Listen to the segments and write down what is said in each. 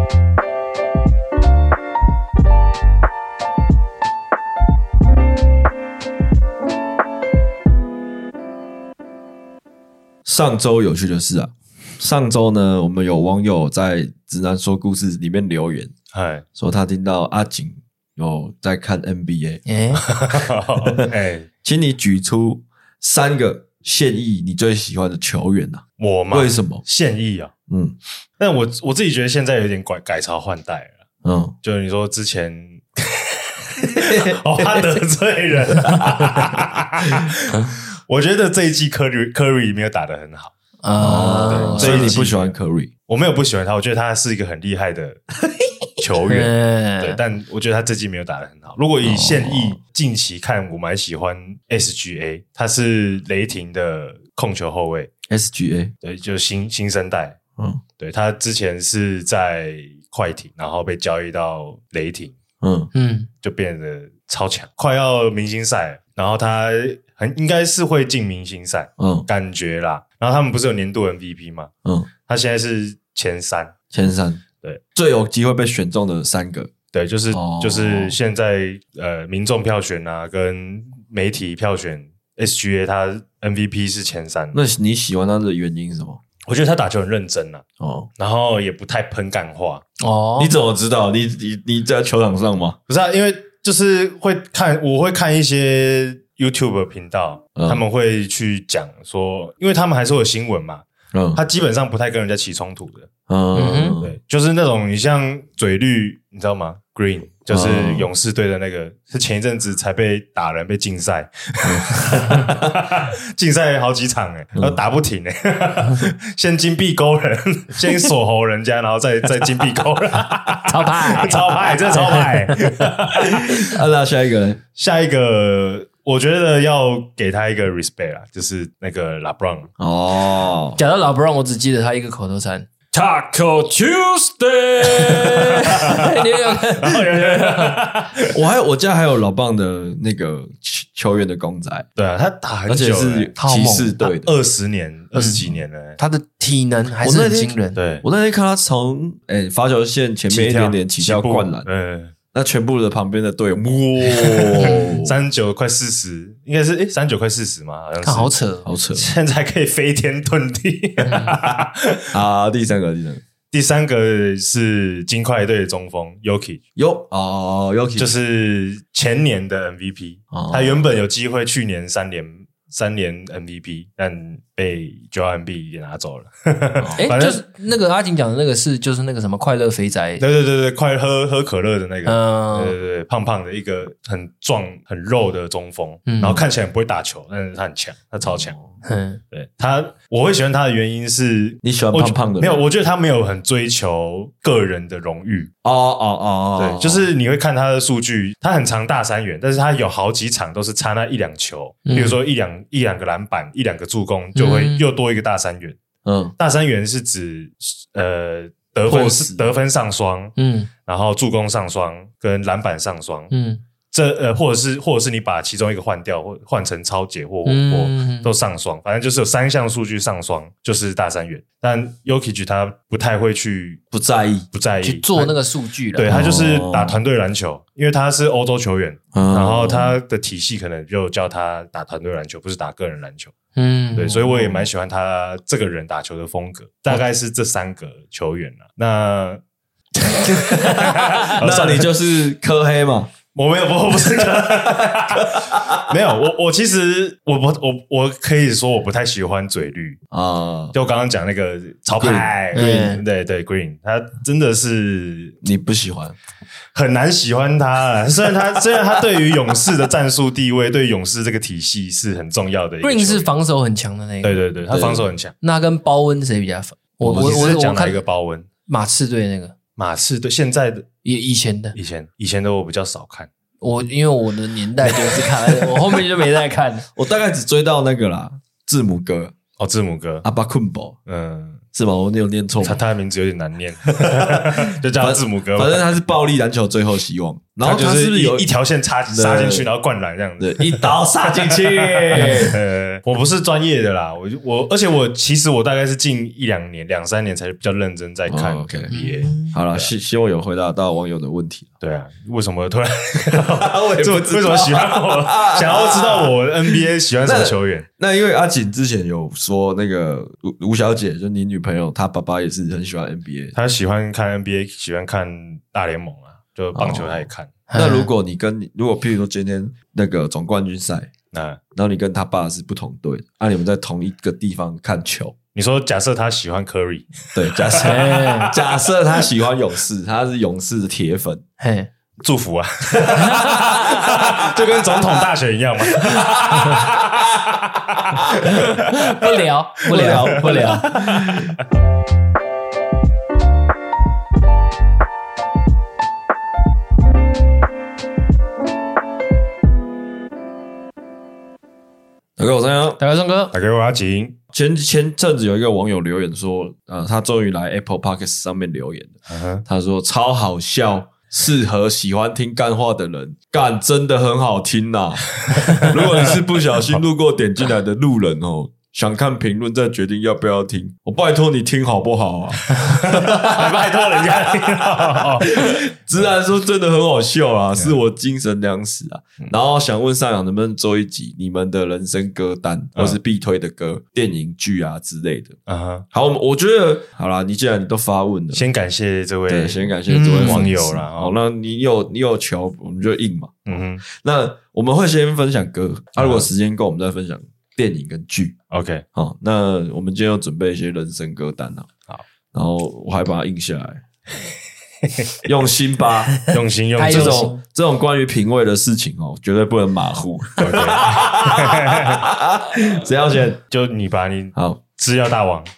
上周有趣的事啊，上周呢，我们有网友在直男说故事里面留言，说他听到阿景有在看 NBA， 请你举出3个现役你最喜欢的球员啊？ 我吗？ 为什么现役啊？但我自己觉得现在有点改朝换代了。就是你说之前，他得罪人。我觉得这一季 Curry 没有打得很好所以你不喜欢 Curry？ 我没有不喜欢他，我觉得他是一个很厉害的球员，对，但我觉得他这季没有打得很好。如果以现役近期看，我蛮喜欢 SGA， 他是雷霆的控球后卫 SGA， 对，就是新生代。对，他之前是在快艇，然后被交易到雷霆，就变得超强，快要明星赛，然后他应该是会进明星赛，感觉啦。然后他们不是有年度 MVP 吗？他现在是前三，对， 最有机会被选中的3个， 对，就是现在民众票选啊，跟媒体票选 SGA， 他 MVP 是前3。 那你喜欢他的原因是什么？ 我觉得他打球很认真啊，然后也不太喷干话。 你怎么知道？你在球场上吗？ 不是啊，因为就是我会看一些 YouTube 频道，他们会去讲说，因为他们还是有新闻嘛，他基本上不太跟人家起冲突的。对，就是那种你像嘴绿，你知道吗 ？Green 就是勇士队的那个，是前一阵子才被打人被禁赛，禁赛好几场然后打不停先金币勾人，先锁喉人家，然后再金币勾人， 超派， 真的超派。 那下一个呢？ 下一个。我觉得要给他一个 respect 啦，就是那个 LeBron。 讲到 LeBron， 我只记得他一个口头禅 Taco Tuesday 你有看？ 我家还有老棒的那个球员的公仔。 对啊，他打很久， 而且是骑士队的 20几年了。 他的体能还是很惊人。 对， 我那天看他从罚球线前面一点点起跳灌篮，那全部的旁边的队友 39快40，应该是39快40嘛，好像是。 好扯， 好扯！ 现在可以飞天遁地。第三个是金块队的中锋 Jokic， Jokic 就是前年的 MVP，他原本有机会去年3年 MVP， 但被 Joel Embiid 也拿走了。反正就是那个阿景讲的那个就是那个什么快乐肥宅， 对，快喝可乐的那个，对，胖胖的一个很壮很肉的中锋，然后看起来很不会打球，但是他很强，他超强。对我会喜欢他的原因是， 你喜欢胖胖的人？ 没有，我觉得他没有很追求个人的荣誉。对，就是你会看他的数据，他很常大3元，但是他有好几场都是差那1-2球，比如说一两个篮板，1-2个助攻，就会又多一个大3元。大3元是指得分上双，然后助攻上双跟篮板上双，或者是你把其中一个换掉，或换成超解或都上双，反正就是有3项数据上双就是大3元。但 Jokic 他不太会去不在意去做那个数据了， 对，他就是打团队篮球，因为他是欧洲球员，然后他的体系可能就叫他打团队篮球，不是打个人篮球。对，所以我也蛮喜欢他这个人打球的风格，大概是这3个球员啦。那你就是科黑嘛？ 我没有，我不是没有，我其实我可以说我不太喜欢嘴绿就我刚刚讲那个潮牌 Green， 对 Green， 他真的是你不喜欢， 很难喜欢他。虽然他对于勇士的战术地位，对勇士这个体系是很重要的一个。 Green 是防守很强的那个， 对，他防守很强。 那跟包温谁比较防？ 我是讲哪一个包温？ 马刺队那个。 马刺队现在的以前的我比较少看。 因为我的年代就是看，我后面就没再看。 我大概只追到那个啦，字母哥字母哥阿巴昆博， 是吗？我有念错吗？ 他的名字有点难念，就叫字母哥。 反正他是暴力篮球最后希望，然后他是不是有一条线杀进去，然后灌篮这样子， 一刀杀进去。 我不是专业的啦，而且其实我大概是近2、3年才比较认真在看 NBA。 好了，希望有回答到网友的问题。 对啊，为什么突然为什么喜欢我？想要知道我 NBA 喜欢什么球员？ 那因为阿锦之前有说那个吴小姐，就你女朋友，她爸爸也是很喜欢 NBA， 她喜欢看 NBA， 喜欢看大联盟啊，就棒球她也看。 那如果譬如说今天那个总冠军赛，然后你跟他爸是不同队的，你们在同一个地方看球。 你说假设他喜欢 Curry， 对，假设他喜欢勇士，他是勇士的铁粉， 祝福啊，就跟总统大选一样嘛。 不聊。 大家好，我是杨， 大家宋哥， 大家我阿景。 前阵子有一个网友留言说，他终于来 Apple Podcast 上面留言了。他说超好笑，适合喜欢听干话的人，干真的很好听呐。如果你是不小心路过点进来的路人哦，想看评论再决定要不要听，我拜托你听好不好啊？ 你拜托人家听好。 直男说真的很好笑啊，是我精神粮食啊。然后想问上扬能不能做一集你们的人生歌单，或是必推的歌、电影剧啊之类的。好，我觉得好啦，你既然你都发问了， 先感谢这位网友啦。 好，那你有球，我们就硬嘛。那我们会先分享歌，如果时间够，我们再分享电影跟剧。 OK， 好，那我们今天有准备一些人生歌单啊。好，然后我还把它印下来。用心吧， 用心这种关于品味的事情哦，绝对不能马虎。谁要先？ 就你吧，你好， 资料大王。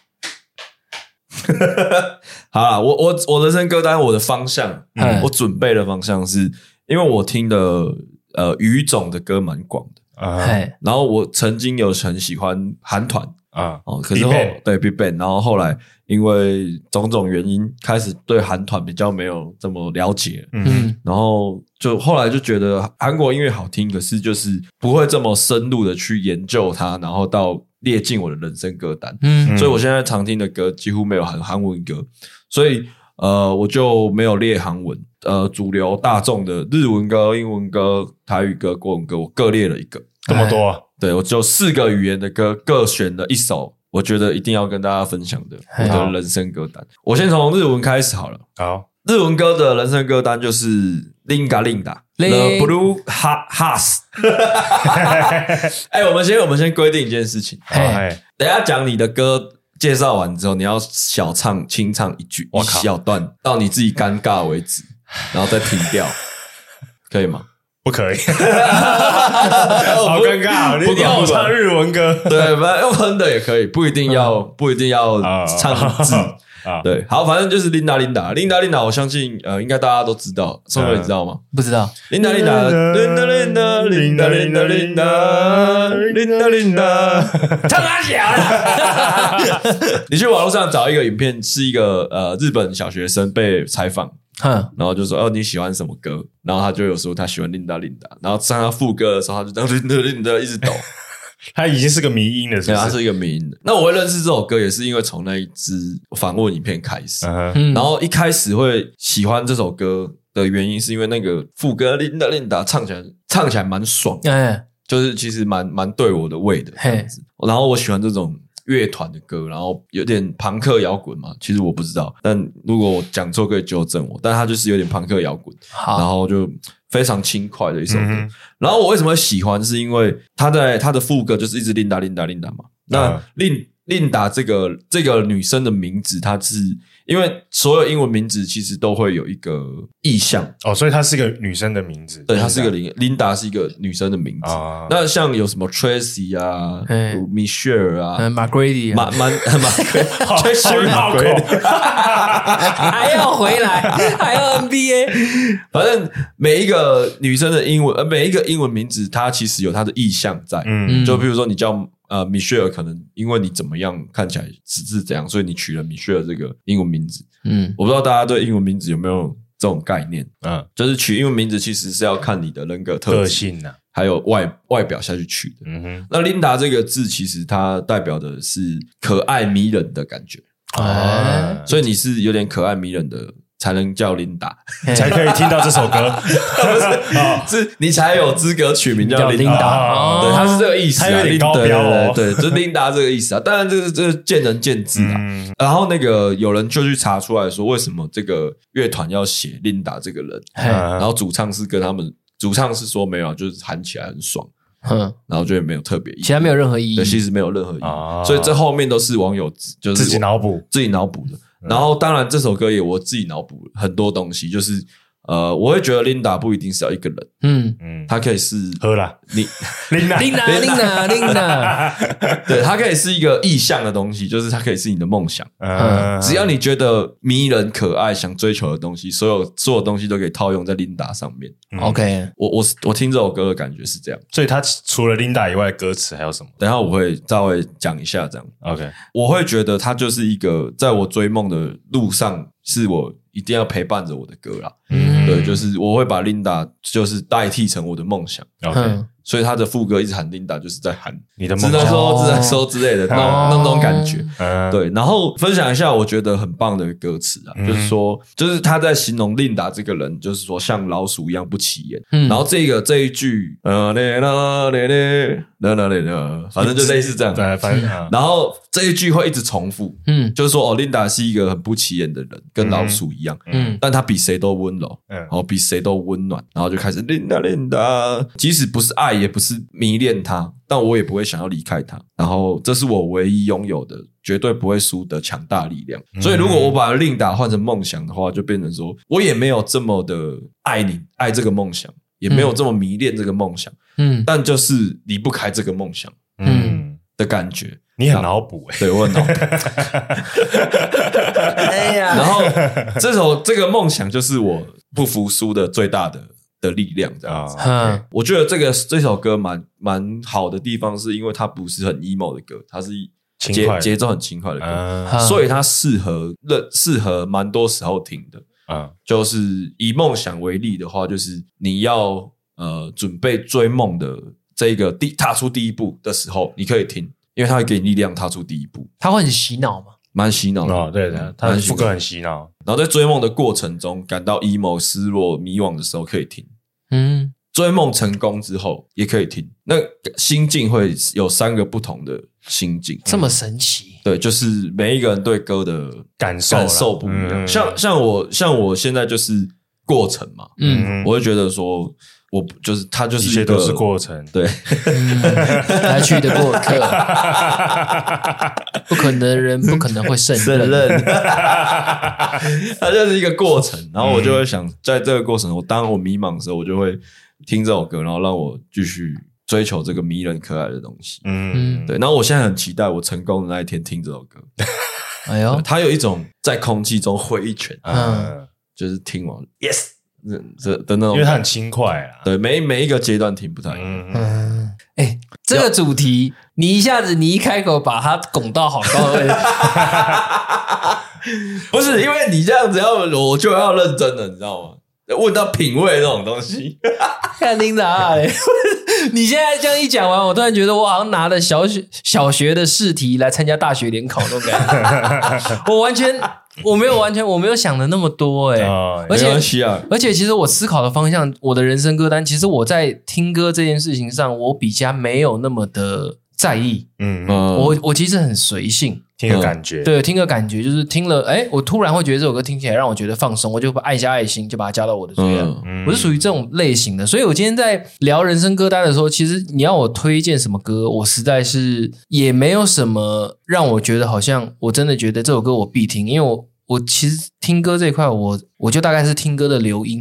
好啦，我人生歌单，我的方向，我准备的方向是，因为我听的语种的歌蛮广的，然后我曾经有很喜欢韩团。可是对 BigBang， 然后后来因为种种原因，开始对韩团比较没有这么了解，然后就后来就觉得韩国音乐好听，可是就是不会这么深入的去研究它，然后到列进我的人生歌单，所以我现在常听的歌几乎没有韩文歌，所以我就没有列韩文，主流大众的日文歌、英文歌、台语歌、国文歌，我各列了一个， 这么多啊。 对，我就4个语言的歌，各选了一首，我觉得一定要跟大家分享的我的人生歌单。我先从日文开始好了。 好， 日文歌的人生歌单就是 Linga Linda，The Blue Hearts。我们先规定一件事情。等一下讲你的歌介绍完之后，你要小唱、清唱一句，一小段，到你自己尴尬为止，然后再停掉，可以吗？ 不可以，好尴尬！你要我唱日文歌， 对，反正用哼的也可以，不一定要唱字。对，好，反正就是 Linda， 我相信应该大家都知道，宋哥你知道吗？ 不知道。 Linda， 唱他小了。你去网络上找一个影片，是一个日本小学生被采访。然后就说你喜欢什么歌？然后他就有说他喜欢 Linda， 然后唱他副歌的时候，他就当 Linda 一直抖。 他已经是个迷因了，是不是？ 他是一个迷因的。那我会认识这首歌，也是因为从那一支访问影片开始。然后一开始会喜欢这首歌的原因，是因为那个副歌 Linda 唱起来蛮爽，就是其实蛮对我的胃的这样子。然后我喜欢这种乐团的歌，然后有点朋克摇滚嘛，其实我不知道，但如果我讲错可以纠正我，但它就是有点朋克摇滚，然后就非常轻快的一首歌。然后我为什么会喜欢，是因为他的副歌就是一直 Linda 嘛，那Linda 这个女生的名字，她是因为所有英文名字其实都会有一个意象所以她是一个女生的名字。 对，她是一个Linda 是一个女生的名字。那像有什么 Tracy 啊、Michelle 啊、 McGrady 啊、 Tracy 还要回来，还要 NBA。 反正每一个女生的每一个英文名字，它其实有它的意象在。就比如说你叫米歇尔可能因为你怎么样看起来是这样，所以你取了米歇尔这个英文名字。我不知道大家对英文名字有没有这种概念？就是取英文名字其实是要看你的人格特质、 个性啊， 还有外表下去取的。那琳达这个字其实它代表的是可爱迷人的感觉。所以你是有点可爱迷人的才能叫琳达， 才可以听到这首歌。 不是，是你才有资格取名叫琳达。对，它是这个意思。 它有点高标哦。 对，就是琳达这个意思啊。当然，这个见仁见智啊。然后那个有人就去查出来说，为什么这个乐团要写琳达这个人？然后主唱是说没有，就是喊起来很爽。然后就也没有特别意义， 其他没有任何意义。 对，其实没有任何意义。所以这后面都是网友就是自己脑补的。然后当然这首歌也我自己脑补很多东西，就是我会觉得琳达不一定是要一个人，她可以是喝啦，琳达， 对，它可以是一个意象的东西，就是它可以是你的梦想。只要你觉得迷人、可爱、想追求的东西，所有东西都可以套用在琳达上面。 OK， 我听这首歌的感觉是这样。 所以它除了琳达以外，歌词还有什么？ 等一下我会稍微讲一下这样。 OK， 我会觉得它就是一个在我追梦的路上，是我一定要陪伴着我的歌啦。对，就是我会把琳达就是代替成我的梦想。 OK， 所以他的副歌一直喊琳达，就是在喊你的梦想， 只能说之类的那种感觉。对，然后分享一下我觉得很棒的歌词啊，就是说，就是他在形容琳达这个人，就是说像老鼠一样不起眼。然后这一句反正就类似这样。然后这一句会一直重复。就是说琳达是一个很不起眼的人，跟老鼠一样。但他比谁都温柔，然后比谁都温暖，然后就开始琳达，即使不是爱，也不是迷恋他，但我也不会想要离开他。然后这是我唯一拥有的，绝对不会输的强大力量。所以如果我把琳达换成梦想的话，就变成说我也没有这么的爱这个梦想，也没有这么迷恋这个梦想。但就是离不开这个梦想的感觉。 你很脑补对，我很脑补。 哎呀， 然后这个梦想就是我不服输的最大的力量，这样子。我觉得这首歌蛮好的地方，是因为它不是很 emo 的歌，它是节奏很轻快的歌，所以它适合蛮多时候听的。就是以梦想为例的话，就是你要准备追梦的这个踏出第一步的时候，你可以听。因为它会给你力量踏出第一步。 它会很洗脑吗？ 蛮洗脑的。 对的，它的副歌很洗脑。 然后在追梦的过程中感到 emo 失落迷惘的时候可以听。追梦成功之后也可以听。那心境会有3个不同的心境。 这么神奇。 对，就是每一个人对歌的感受不一样。像我现在就是过程嘛。我会觉得说我就是他就是一切都是过程， 对， 来去的过客，不可能的人不可能会胜任， 它就是一个过程。然后我就会想，在这个过程，当我迷茫的时候，我就会听这首歌，然后让我继续追求这个迷人可爱的东西。对。然后我现在很期待我成功的那一天听这首歌。 哎呦， 它有一种在空气中挥一拳，就是听完 yes。的那种， 因为它很轻快啊。 对，每一个阶段听不太一样。 这个主题，你一开口把它拱到好高的位置， 不是因为你这样子我就要认真了，你知道吗？问到品味这种东西， 看琳达你现在这样一讲完，我突然觉得我好像拿了小学的试题来参加大学联考那种感觉。我没有想的那么多而且其实我思考的方向，我的人生歌单，其实我在听歌这件事情上，我比较没有那么的在意。我其实很随性。 听个感觉， 对，听个感觉，就是听了，我突然会觉得这首歌听起来让我觉得放松，我就把爱加爱心，就把它加到我的最爱。我是属于这种类型的，所以我今天在聊人生歌单的时候，其实你要我推荐什么歌，我实在是也没有什么让我觉得好像我真的觉得这首歌我必听，因为我其实听歌这一块，我就大概是听歌的流音吧。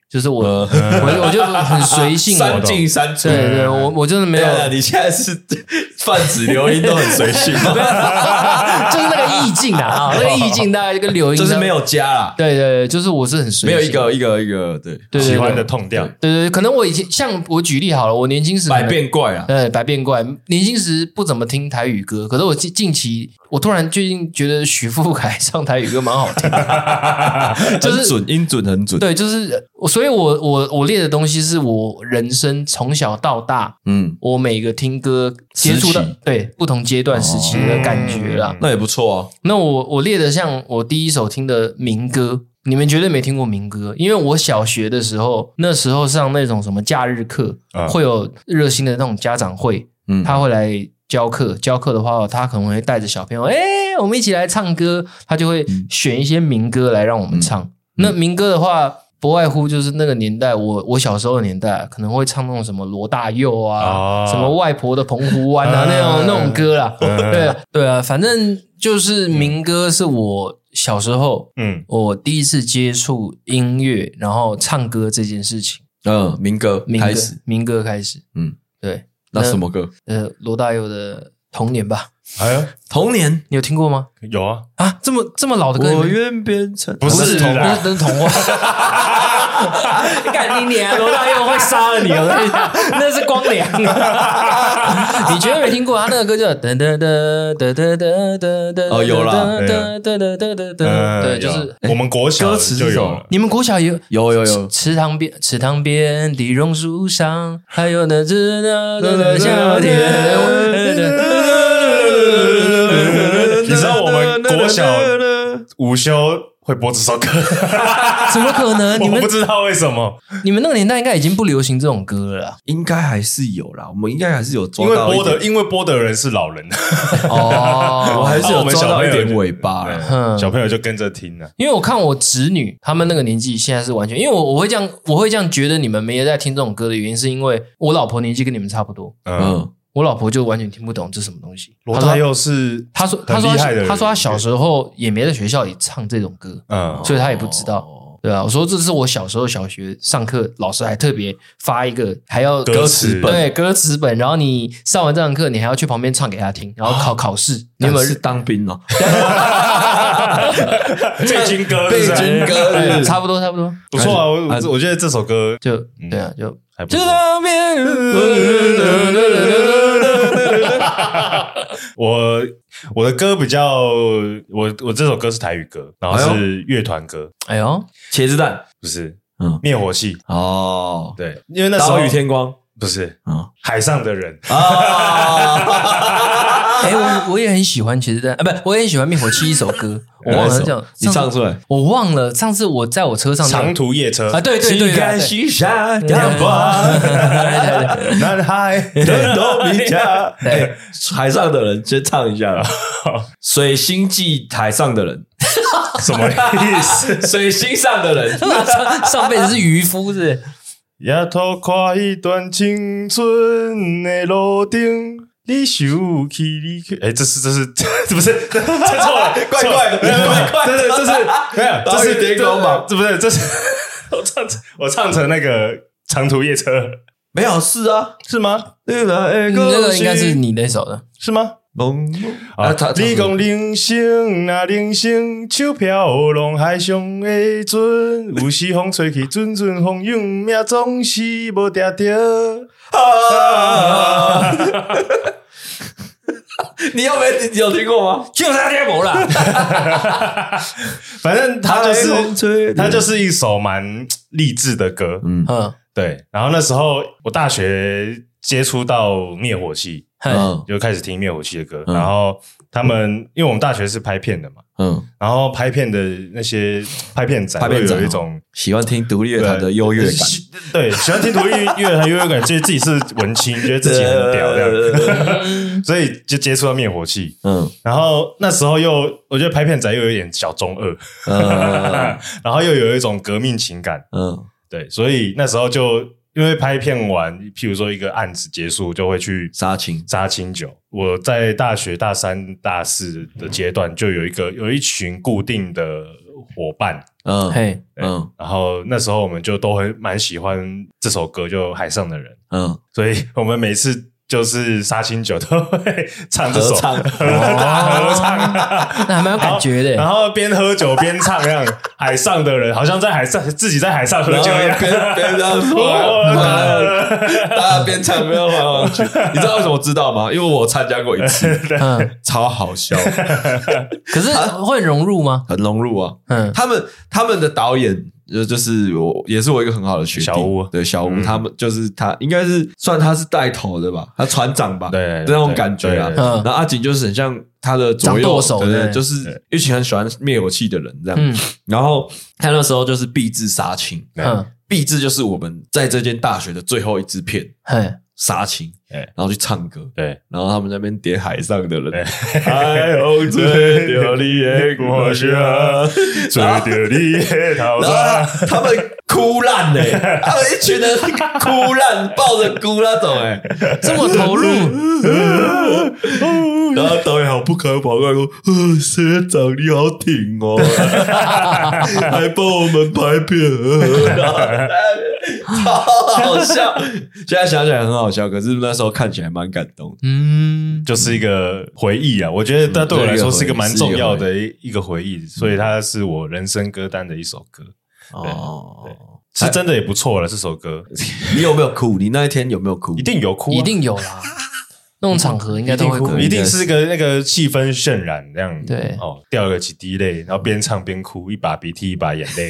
就是我就很随性， 三进三出。 对对，我真的没有。 你现在是泛指流音都很随性吗？ 就是那个意境啊，那个意境大概就跟流音就是没有加啦。 对对对，就是我是很随性， 没有一个对喜欢的痛调。 对对，可能我以前像我举例好了，我年轻时百变怪啊， 对百变怪，年轻时不怎么听台语歌，可是我近期我突然最近觉得许富凯唱台语歌蛮好听的，就是准音准很准。 对，就是所以我列的东西是我人生从小到大，我每个听歌接触到对不同阶段时期的感觉啦， 那也不错啊。 那我列的像我第一首听的民歌，你们绝对没听过民歌，因为我小学的时候，那时候上那种什么假日课，会有热心的那种家长会，他会来教课的话，他可能会带着小朋友，我们一起来唱歌，他就会选一些民歌来让我们唱。那民歌的话，不外乎就是那个年代，我小时候的年代，可能会唱那种什么罗大佑啊，什么外婆的澎湖湾啊，那种歌啦。对啊，反正就是民歌是我小时候，我第一次接触音乐，然后唱歌这件事情。 民歌开始，对。 那什么歌？ 罗大佑的《童年》吧。 哎呀， 童年你有听过吗？ 有啊， 这么老的歌， 我愿变成不是童话。干你娘！罗大佑会杀了你！我跟你讲，那是光良。你绝对没听过他那个歌，叫噔噔噔噔噔噔噔噔。 哦，有啦， 噔噔噔噔噔噔。对，就是我们国小歌词就有了。 你们国小也有。 池塘边的榕树上，还有那只的夏天。 你知道我们国小午休会播这首歌？ 怎么可能？ 我不知道为什么。 你们那个年代应该已经不流行这种歌了啦。 应该还是有啦，我们应该还是有抓到因为播的人是老人。 我还是有抓到一点尾巴啦。 小朋友就跟着听了。 因为我看我侄女他们那个年纪，现在是完全，因为我会这样觉得你们没在听这种歌的原因，是因为我老婆年纪跟你们差不多。我老婆就完全听不懂这什么东西。 罗大佑是他说他小时候也没在学校里唱这种歌，所以他也不知道。对啊，我说这是我小时候小学上课，老师还特别发一个还要歌词本， 对歌词本，然后你上完这堂课，你还要去旁边唱给他听，然后考试。你有没有是当兵哦？ 背军歌， 对，差不多， 不错啊！我觉得这首歌就对啊，就还不错。我的歌比较，我这首歌是台语歌，然后是乐团歌。 哎呦， 茄子蛋不是，灭火器哦， 对，因为那时候岛屿天光不是，海上的人我也很喜欢茄子蛋啊，不，我也很喜欢灭火器一首歌，我忘了讲， 你唱出来， 我忘了。上次我在我车上长途夜车啊，对， 西下阳光， 南海的多米加， 海上的人先唱一下水星记海上的人。 什么意思？ 水星上的人， 上辈子是渔夫是不是？ 夜头看一段青春的路顶，你想起你去，这不是这错了， 怪的，这是没有，这是天光吧？ 这不是，这是我唱成那个长途夜车， 没有是啊， 是吗？ 那个应该是你那首的， 是吗？你讲人生那人生，手飘浪海上的船，有时风吹去阵阵风涌，命总是无定着。 你有听过吗？ 就是他听过啦。 反正它就是一首蛮励志的歌。对。然后那时候我大学接触到灭火器，就开始听灭火器的歌。然后他们因为我们大学是拍片的嘛，然后拍片的那些拍片仔会有一种喜欢听独立乐团的优越感， 对，喜欢听独立乐团优越感，觉得自己是文青，觉得自己很屌这样，所以就接触到灭火器。然后那时候我觉得拍片仔又有一点小中二，然后又有一种革命情感，对，所以那时候就因为拍片完，譬如说一个案子结束，就会去杀青酒。我在大学大三、大四的阶段，就有一群固定的伙伴， 然后那时候我们就都会蛮喜欢这首歌，就海上的人，所以我们每次就是杀青酒都会唱这首大合唱， 那还蛮有感觉的。 然后边喝酒边唱，这样海上的人好像在海上自己在海上喝酒一样，边这样大家边唱边滑上去。你知道为什么知道吗？因为我参加过一次，超好笑。 可是会融入吗？ 很融入啊。他们的导演。就是也是我一个很好的学弟， 小吴， 对小吴，他们就是他应该是算他是带头的吧，他船长吧， 对那种感觉啊。然后阿景就是很像他的左右手，对，就是一群很喜欢灭火器的人这样。然后他那时候就是毕制杀青，毕制就是我们在这间大学的最后一支片，杀青。然后去唱歌， 对， 然后他们在那边点海上的人，海风吹着你的过去， 吹着你的头发， 他们哭烂他们一群人哭烂，抱着哭那种这么投入。 然后导演好不可跑过来说：“学长你好挺哦，还帮我们拍片，超好笑。”现在想起来很好笑，可是那时候看起来蛮感动的。 就是一个回忆啊，我觉得它对我来说是一个蛮重要的一个回忆，所以它是我人生歌单的一首歌。对，是真的也不错了这首歌。 你有没有哭？你那一天有没有哭？ 一定有哭， 一定有啦。那种场合应该都会哭， 一定是那个气氛渲染这样。 对， 掉了几滴泪，然后边唱边哭，一把鼻涕一把眼泪。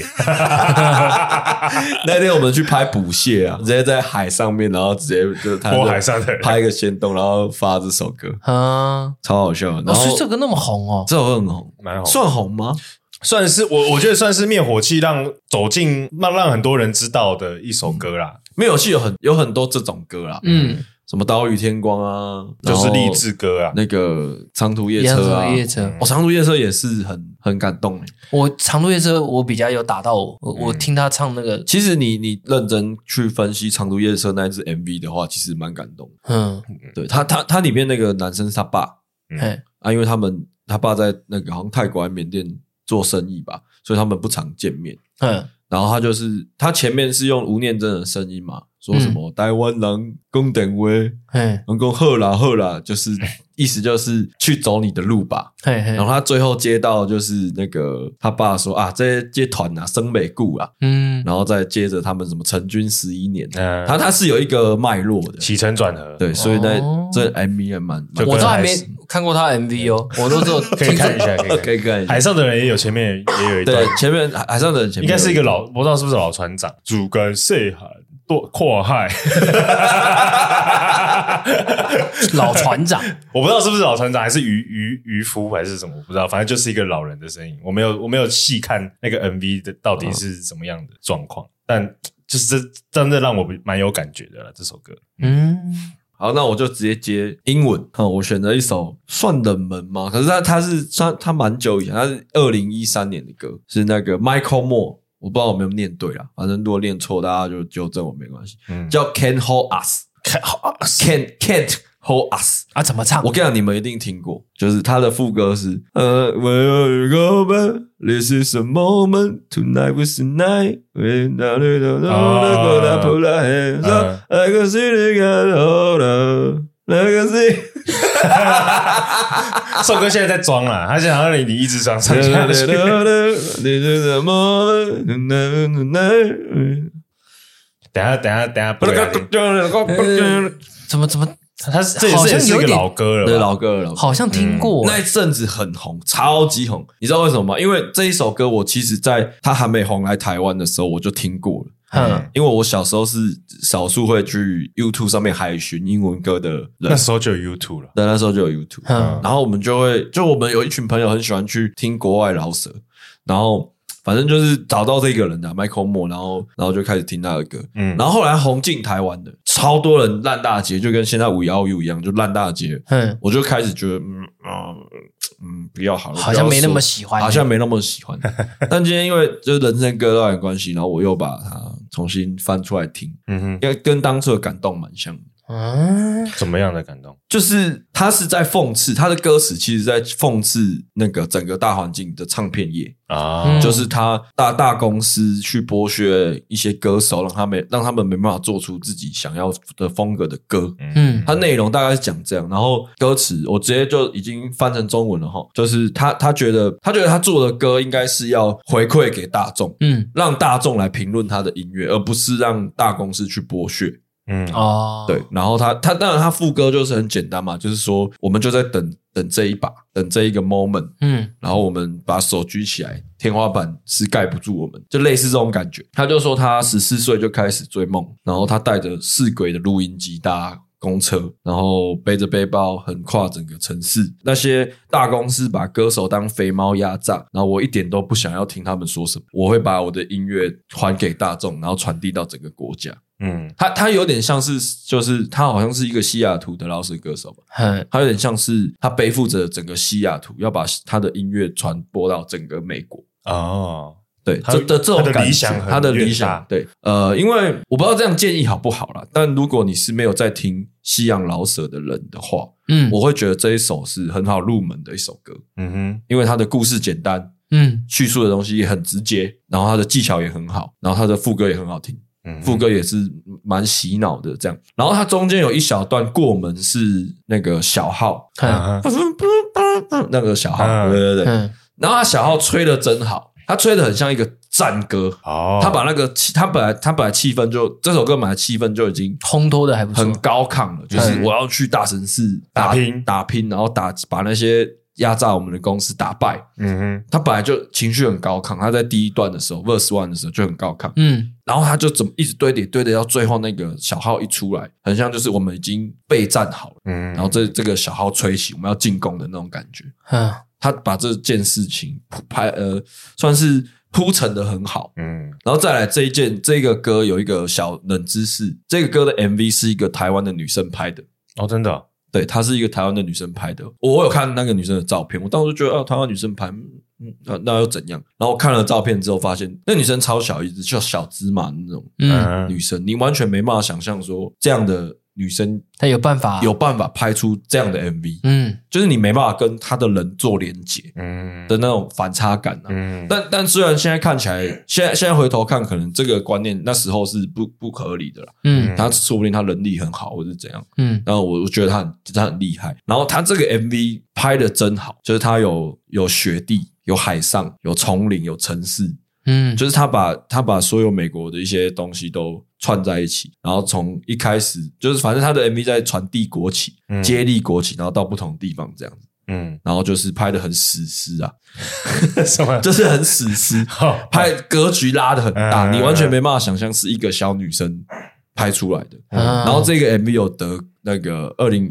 那天我们去拍捕蟹啊，直接在海上面，然后直接就他播海上的人拍一个限动，然后发这首歌，超好笑。然后所以这个那么红哦， 这首歌很红， 蛮红， 算红吗？ 算是我觉得算是灭火器让很多人知道的一首歌啦。 灭火器有很多这种歌啦，什么岛屿天光啊， 就是励志歌啊， 那个长途夜车啊，长途夜车也是很感动。 我长途夜车我比较有打到我听他唱那个， 其实你认真去分析长途夜车那一支 MV 的话，其实蛮感动的。对，他里面那个男生是他爸，因为他爸在那个好像泰国和缅甸做生意吧，所以他们不常见面。然后他前面是用吴念真的声音嘛，说什么台湾人讲电话，人讲好啦好啦，就是意思就是去走你的路吧。然后他最后接到就是那个他爸说啊，这些团啊生美固啊，然后再接着他们什么成军11年，他是有一个脉络的起承转合， 对，所以这 MV 也蛮， 我都还没看过他 MV 哦，我都只有可以看一下， 可以看一下。 海上的人也有前面也有一段， 对，前面海上的人前面应该是一个我不知道是不是老船长，主干细海跨海， 老船长， 我不知道是不是老船长还是渔夫还是什么，我不知道，反正就是一个老人的声音。我没有细看那个 MV 的到底是什么样的状况，但就是这真的让我蛮有感觉的了这首歌。 好，那我就直接接英文。我选了一首算冷门吗？可是他蛮久以前，他是2013年的歌，是那个 Michael Moore， 我不知道我有没有念对啦，反正如果念错，大家就纠正我没关系。叫 Can't Hold Us，Can't Hold Us 啊，怎么唱？ 我跟你讲，你们一定听过，就是他的副歌是Where you go back, this is a moment, tonight was the night, when I put our hands up, I can see the God hold up, I can see 宋哥现在在装啦，他想让你一直唱下去。等下，不要怎么？ 这也是一个老歌了， 对，老歌， 好像听过。 那一阵子很红，超级红。你知道为什么吗？因为这一首歌，我其实在他还没红来台湾的时候，我就听过了。因为我小时候是少数会去 YouTube 上面海巡英文歌的人， 那时候就有 YouTube 了。 对，那时候就有 YouTube。然后我们我们有一群朋友很喜欢去听国外饶舌，然后反正就是找到这个人的 Michael Moore， 然后就开始听他的歌。然后后来红进台湾的，超多人烂大街，就跟现在 We Are You 一样，就烂大街。我就开始觉得不要好了， 好像没那么喜欢， 但今天因为就是人生歌段的关系，然后我又把它重新翻出来听，因为跟当初的感动蛮像的。 怎么样的感动？ 就是他是在讽刺，他的歌词其实在讽刺那个整个大环境的唱片业啊，就是他大公司去剥削一些歌手，让他们没办法做出自己想要的风格的歌。他内容大概是讲这样，然后歌词我直接就已经翻成中文了齁，就是他觉得他做的歌应该是要回馈给大众，让大众来评论他的音乐，而不是让大公司去剥削。对，然后他当然他副歌就是很简单嘛，就是说我们就在等这一把，等这一个 moment，然后我们把手举起来，天花板是盖不住我们，就类似这种感觉。他就说他14岁就开始追梦，然后他带着4轨的录音机搭公车，然后背着背包横跨整个城市。那些大公司把歌手当肥猫压榨，然后我一点都不想要听他们说什么，我会把我的音乐还给大众，然后传递到整个国家。他有点像是，就是他好像是一个西雅图的饶舌歌手吧，他有点像是他背负着整个西雅图，要把他的音乐传播到整个美国。对，这种感觉，他的理想，对，因为我不知道这样建议好不好啦，但如果你是没有在听西洋饶舌的人的话，我会觉得这一首是很好入门的一首歌，因为他的故事简单，叙述的东西也很直接，然后他的技巧也很好，然后他的副歌也很好听。副歌也是蛮洗脑的这样，然后它中间有一小段过门是那个小号，那个小号，对，然后他小号吹得真好，他吹得很像一个战歌，他把那个他本来气氛就这首歌本来气氛就已经烘托的还不错， 很高亢了，就是我要去大城市打拼，然后把那些压榨我们的公司打败。他本来就情绪很高亢，他在第一段的时候 verse 1的时候就很高亢，然后他就一直堆叠到最后那个小号一出来，很像就是我们已经备战好了，然后这个小号吹起，我们要进攻的那种感觉。他把这件事情算是铺陈的很好，然后再来这个歌有一个小冷知识，这个歌的 MV 是一个台湾的女生拍的。 真的？ 对，她是一个台湾的女生拍的。我有看那个女生的照片，我当时觉得台湾女生拍那又怎样？然后我看了照片之后发现那女生超小一只，就小芝麻那种女生，你完全没办法想象说这样的女生她有办法拍出这样的 MV，就是你没办法跟她的人做连结，的那种反差感啊。但虽然现在看起来，现在回头看，可能这个观念那时候是不合理的啦。他说不定他能力很好，或者是怎样。然后我觉得他很厉害。然后他这个 MV 拍的真好，就是他有雪地，有海上，有丛林，有城市。就是他把所有美国的一些东西都串在一起，然后从一开始就是反正他的 MV 在传递国旗，接力国旗，然后到不同地方这样子。然后就是拍得很史诗啊， 什么？ 就是很史诗，拍格局拉得很大，你完全没办法想象是一个小女生拍出来的。然后这个 MV 有得那个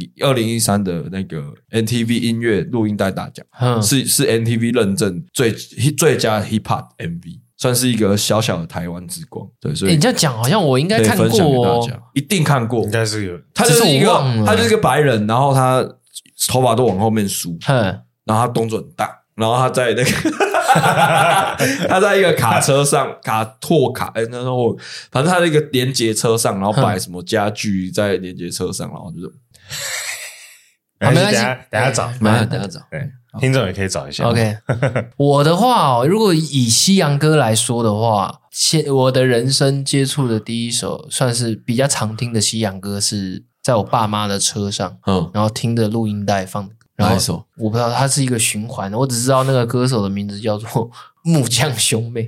2013的那个 NTV 音乐录音带大奖，是 NTV 认证最佳 Hip Hop MV， 算是一个小小的台湾之光。对，所以你这样讲好像我应该看过哦，一定看过， 应该是有。 他就是一个白人，然后他头发都往后面梳，然后他动作很大，然后他在那个他在一个卡车上，反正他在一个连结车上，然后摆什么家具在连结车上，然后就是没关系，等下找， 对， 听众也可以找一下。 OK， 我的话，如果以西洋歌来说的话，我的人生接触的第一首算是比较常听的西洋歌是在我爸妈的车上，然后听的录音带放的。然后我不知道它是一个循环，我只知道那个歌手的名字叫做木匠兄妹。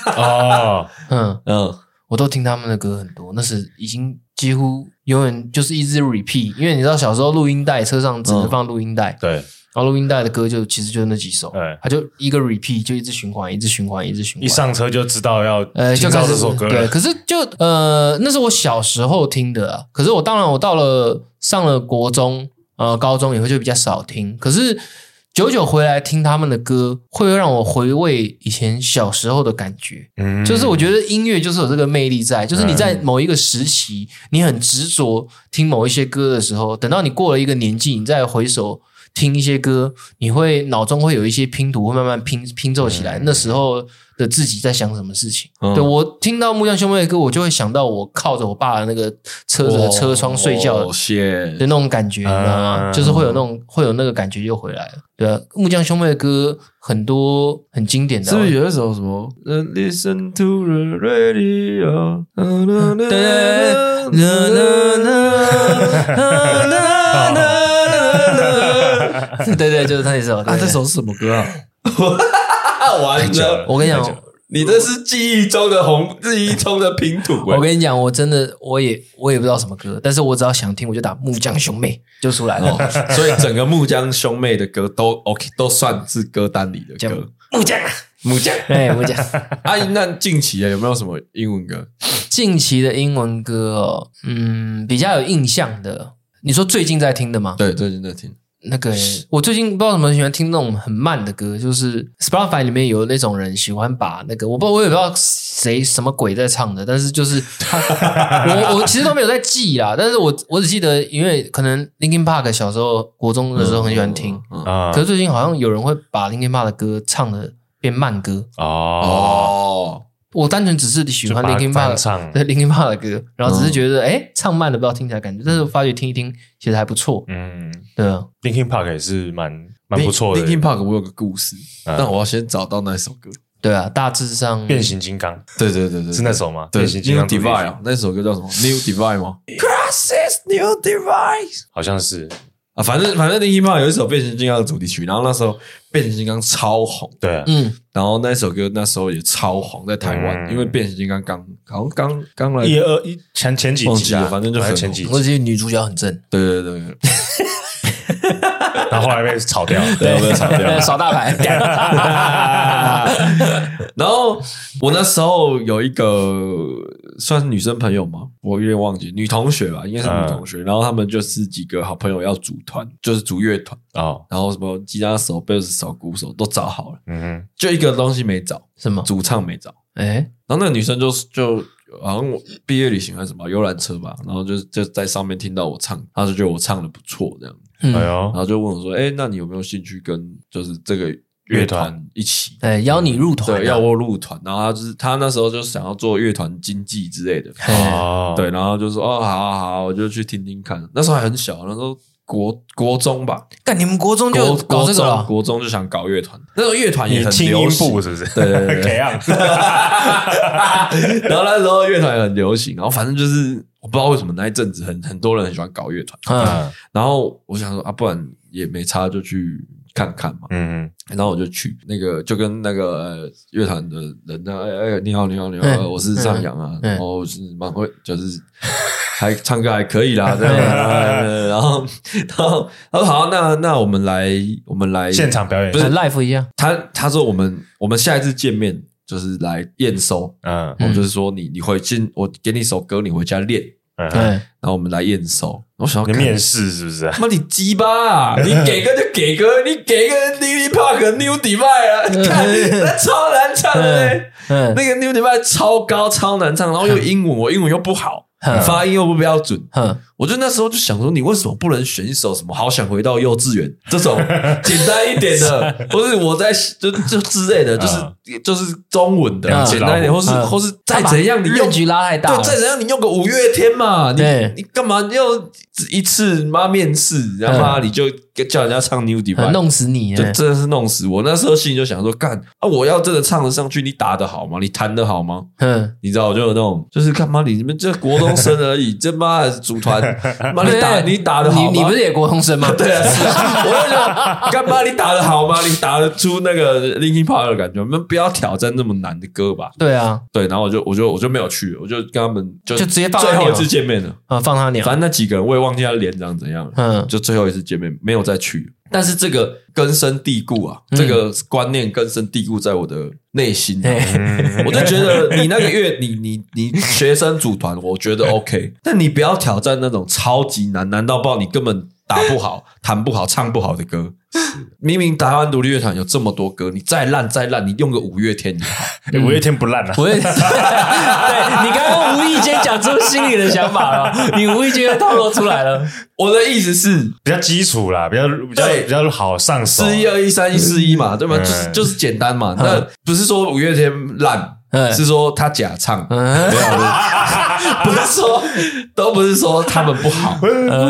我都听他们的歌很多，那是已经几乎永远就是一直 repeat， 因为你知道小时候录音带车上只能放录音带，对，然后录音带的歌其实就那几首，对，它就一个 repeat 就一直循环，一上车就知道要听到这首歌了。对，可是那是我小时候听的啊，可是我到了上了国中高中以后就比较少听，可是久回来听他们的歌，会让我回味以前小时候的感觉。就是我觉得音乐就是有这个魅力在，就是你在某一个时期，你很执着听某一些歌的时候，等到你过了一个年纪，你再回首听一些歌，你会脑中会有一些拼图会慢慢拼凑起来。那时候的自己在想什么事情。对，我听到木匠兄妹的歌，我就会想到我靠着我爸的那个车子的车窗睡觉的那种感觉，你知道吗？就是会有那个感觉又回来了。对啊，木匠兄妹的歌很多很经典的， 是不是有一首什么 Listen to the radio？ 对，就是那一首。 这首是什么歌啊？完了， 我跟你讲， 你这是记忆中的拼图。 我跟你讲，我真的我也不知道什么歌，但是我只要想听，我就打木匠兄妹就出来了。 所以整个木匠兄妹的歌都 OK， 都算是歌单里的歌。 木匠，木匠。 那近期有没有什么英文歌？ 近期的英文歌比较有印象的，你说最近在听的吗？ 对，最近在听。 那个我最近不知道怎么喜欢听那种很慢的歌，就是 Spotify 里面有那种人喜欢把那个我也不知道什么鬼在唱的，但是就是我其实都没有在记啦，但是我只记得，因为可能 Linkin Park 小时候国中的时候很喜欢听，可是最近好像有人会把 Linkin Park 的歌唱的变慢歌哦。我单纯只是喜欢 Linkin Park 对 Linkin Park 的歌，然后只是觉得唱慢了不知道听起来感觉，但是我发觉听一听其实还不错。对啊 ，Linkin Park 也是蛮不错的。 Linkin Park 我有个故事，但我要先找到那首歌。 对啊，大致上变形金刚， 对， 是那首吗？ 对， 变形金刚 New Divide 那首歌叫什么 ？New Divide 吗 ？Crisis New Divide 好像是。 反正Linkin Park有一首变形金刚的主题曲，然后那时候变形金刚超红， 对啊， 然后那首歌那时候也超红在台湾，因为变形金刚好像刚来前几集啊， 反正就前几集， 我记得女主角很正， 对， 然后后来被炒掉， 对，被炒掉， 耍大牌。 然后我那时候有一个算是女生朋友嘛，我有点忘记，女同学吧，应该是女同学。然后他们就是几个好朋友要组团，就是组乐团哦。然后什么吉他手、贝斯手、鼓手都找好了，就一个东西没找， 什么？ 主唱没找。然后那个女生就好像毕业旅行还是什么游览车吧，然后就在上面听到我唱，她就觉得我唱的不错这样。然后就问我说：“那你有没有兴趣跟就是这个乐团一起？ 邀你入团， 对，要我入团。然后他那时候就想要做乐团经纪之类的，对，然后就说好，我就去听听看。那时候还很小，那时候国中吧， 干你们国中就搞这个了？ 国中就想搞乐团，那时候乐团也很流行， 是不是？ 对，然后那时候乐团也很流行，然后反正就是我不知道为什么那一阵子很多人很喜欢搞乐团，然后我想说不然也没差，就去看看嘛，然后我就去那个，就跟那个乐团的人你好，我是张扬啊，然后是蛮会，就是还唱歌还可以啦，这样，然后他说好，那我们来现场表演， 不是 live 一样， 他说我们下一次见面就是来验收，我就是说你回去，我给你一首歌，你回家练。然后我们来验收。我想要你面试是不是？ 妈你鸡巴啊！你给歌就给歌，你给个 Linkin Park New Divide 啊！你看那超难唱的那个 New Divide 超高超难唱，然后又英文，我英文又不好，发音又不标准。我就那时候就想说，你为什么不能选一首什么好想回到幼稚园这种简单一点的，或是我在就之类的，就是中文的简单一点，或是再怎样你用局拉太大， 对，再怎样你用个五月天嘛，你干嘛又一次妈面试，然后妈你就叫人家唱 New Divide， 弄死你， 就真的是弄死我。那时候心里就想说，干我要真的唱得上去，你打得好吗？你弹得好吗？你知道我就有那种，就是干嘛你们这国中生而已，这妈的组团。妈，你打得好吗？ 你不是也国中生吗？ 对啊，是啊。我就想，干嘛你打得好吗？你打得出那个 Linkin Park 的感觉？我们不要挑战那么难的歌吧？ 对啊， 对。然后我就没有去，我就跟他们就直接放他最后一次见面了放他鸟。 反正那几个人我也忘记他脸长怎样了，就最后一次见面没有再去。但是这个根深蒂固啊，这个观念根深蒂固在我的内心，我就觉得你那个你学生组团，我觉得 OK， 但你不要挑战那种超级难到爆，你根本打不好、弹不好、唱不好的歌。明明台湾独立乐团有这么多歌，你再烂，你用个五月天也好。 五月天不烂啊！ 对，你刚刚无意间讲出心里的想法了，你无意间就透露出来了。 我的意思是比较基础啦，比较好上手。 4121341嘛，对吗？就是简单嘛。那不是说五月天烂，是说他假唱，没有，不是说他们不好。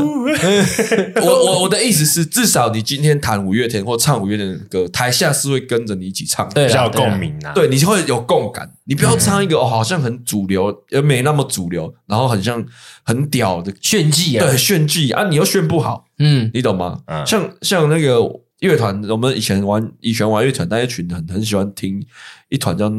我的意思是，至少你今天弹五月天或唱五月天的歌，台下是会跟着你一起唱， 比较有共鸣啊。 对，你会有共感。你不要唱一个好像很主流，又没那么主流，然后很像很屌的炫技啊， 对，炫技啊，你又炫不好，你懂吗？像那个乐团，我们以前玩乐团，那一群很喜欢听一团叫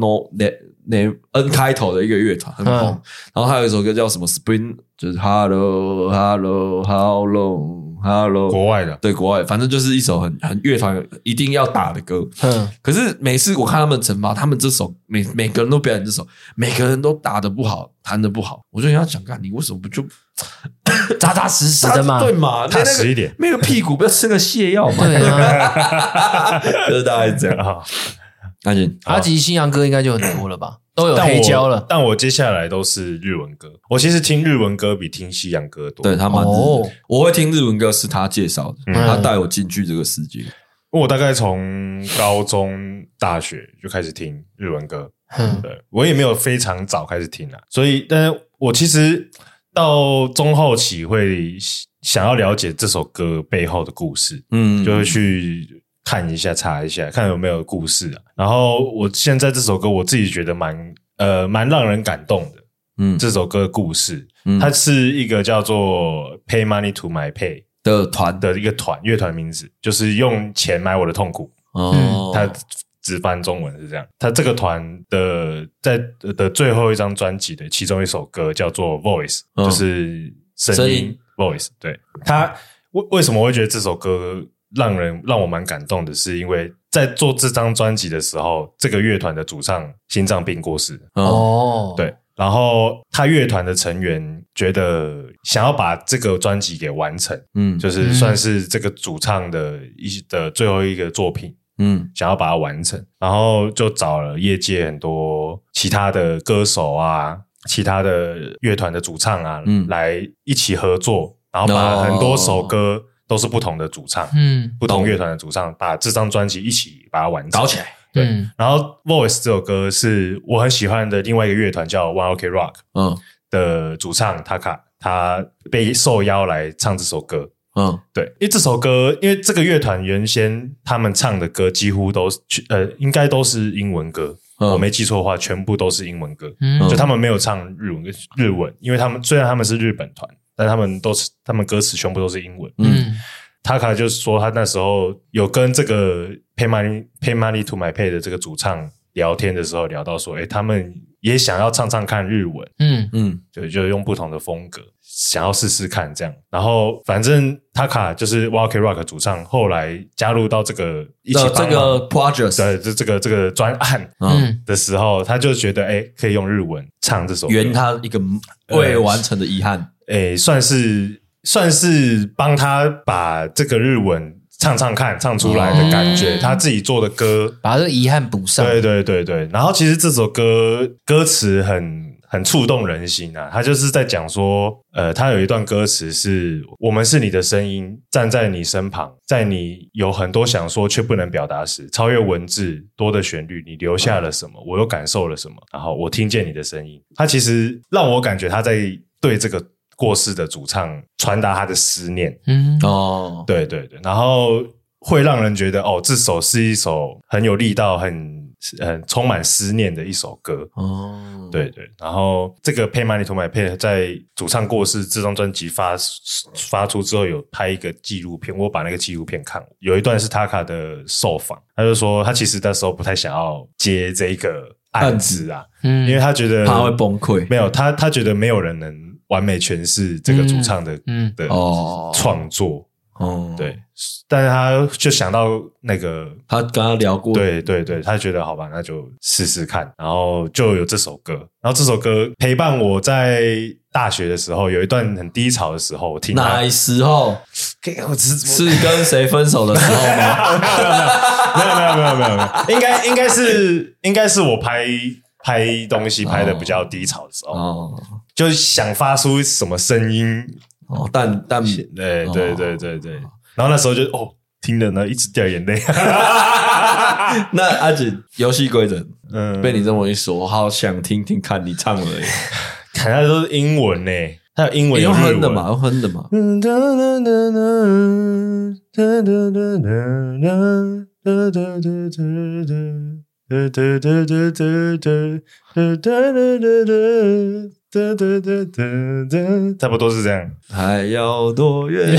N 开头的一个乐团，很红。然后还有一首歌叫什么 Spring， 就是 Hello Hello Hello Hello， 国外的， 对，国外，反正就是一首很乐团一定要打的歌。可是每次我看他们惩罚，他们这首每个人都表演这首，每个人都打得不好，弹得不好，我就跟他讲，干你为什么不就扎扎实实的嘛？ 对嘛， 踏实一点， 那个屁股不要吃个泻药嘛？ 对啊， 就是大概这样啊。 阿吉西洋歌应该就很多了吧，都有黑胶了。 但我接下来都是日文歌，我其实听日文歌比听西洋歌多。 对，他蛮我会听日文歌是他介绍的，他带我进去这个世界。 我大概从高中、大学就开始听日文歌，对，我也没有非常早开始听啊，所以，但是我其实到中后期会想要了解这首歌背后的故事，就会去看一下、查一下，看有没有故事啊。然后我现在这首歌，我自己觉得蛮让人感动的。这首歌的故事，它是一个叫做 Pay Money to My Pay 的一个乐团名字，就是用钱买我的痛苦。它直翻中文是这样。它这个团的最后一张专辑的其中一首歌叫做 Voice，就是声音 Voice。对，它为什么我会觉得这首歌让我蛮感动的，是因为在做这张专辑的时候，这个乐团的主唱心脏病过世。对，然后他乐团的成员觉得想要把这个专辑给完成，就是算是这个主唱的最后一个作品，想要把它完成，然后就找了业界很多其他的歌手啊，其他的乐团的主唱啊，来一起合作，然后把很多首歌都是不同的主唱，不同乐团的主唱，把这张专辑一起把它完成， 搞起来。 对，然后 Voice 这首歌是我很喜欢的另外一个乐团叫 One OK Rock 的主唱 Taka， 他被受邀来唱这首歌。对，因为这首歌，因为这个乐团原先他们唱的歌几乎都是应该都是英文歌，我没记错的话，全部都是英文歌，就他们没有唱日文，因为虽然他们是日本团，但他们歌词全部都是英文。Taka 就是说他那时候有跟这个 Pay Money to My Pay 的这个主唱聊天的时候聊到说，他们也想要唱唱看日文，就用不同的风格想要试试看这样。然后反正 Taka 就是 One OK Rock 主唱，后来加入到这个一起这个 project 的这个专案的时候，他就觉得可以用日文唱这首歌， 圆他一个未完成的遗憾。 算是帮他把这个日文唱出来的感觉，他自己做的歌把这个遗憾补上。 对。然后其实这首歌词很触动人心啊，他就是在讲说他有一段歌词是我们是你的声音，站在你身旁，在你有很多想说却不能表达时，超越文字多的旋律，你留下了什么，我又感受了什么，然后我听见你的声音。他其实让我感觉他在对这个过世的主唱传达他的思念。对，然后会让人觉得这首是一首很有力道很充满思念的一首歌。对，然后这个 Pay Money to My Pay 在主唱过世这张专辑发出之后有拍一个纪录片，我把那个纪录片看完，有一段是 Taka 的受访，他就说他其实那时候不太想要接这个案子啊，因为他觉得他会崩溃， 没有他觉得没有人能完美诠释这个主唱的创作。对，但是他就想到那个他跟他聊过， 对，他觉得好吧，那就试试看，然后就有这首歌，然后这首歌陪伴我在大学的时候，有一段很低潮的时候，我听哪时候？是跟谁分手的时候吗？ 没有，应该是我拍东西拍的比较低潮的时候，就想发出什么声音但对，然后那时候就听了呢一直掉眼泪。 那阿锦游戏规则，被你这么一说，我好想听听看你唱了耶。 看它都是英文呢，它有英文有日文的嘛，用哼的嘛。 差不多是这样。 还要多远？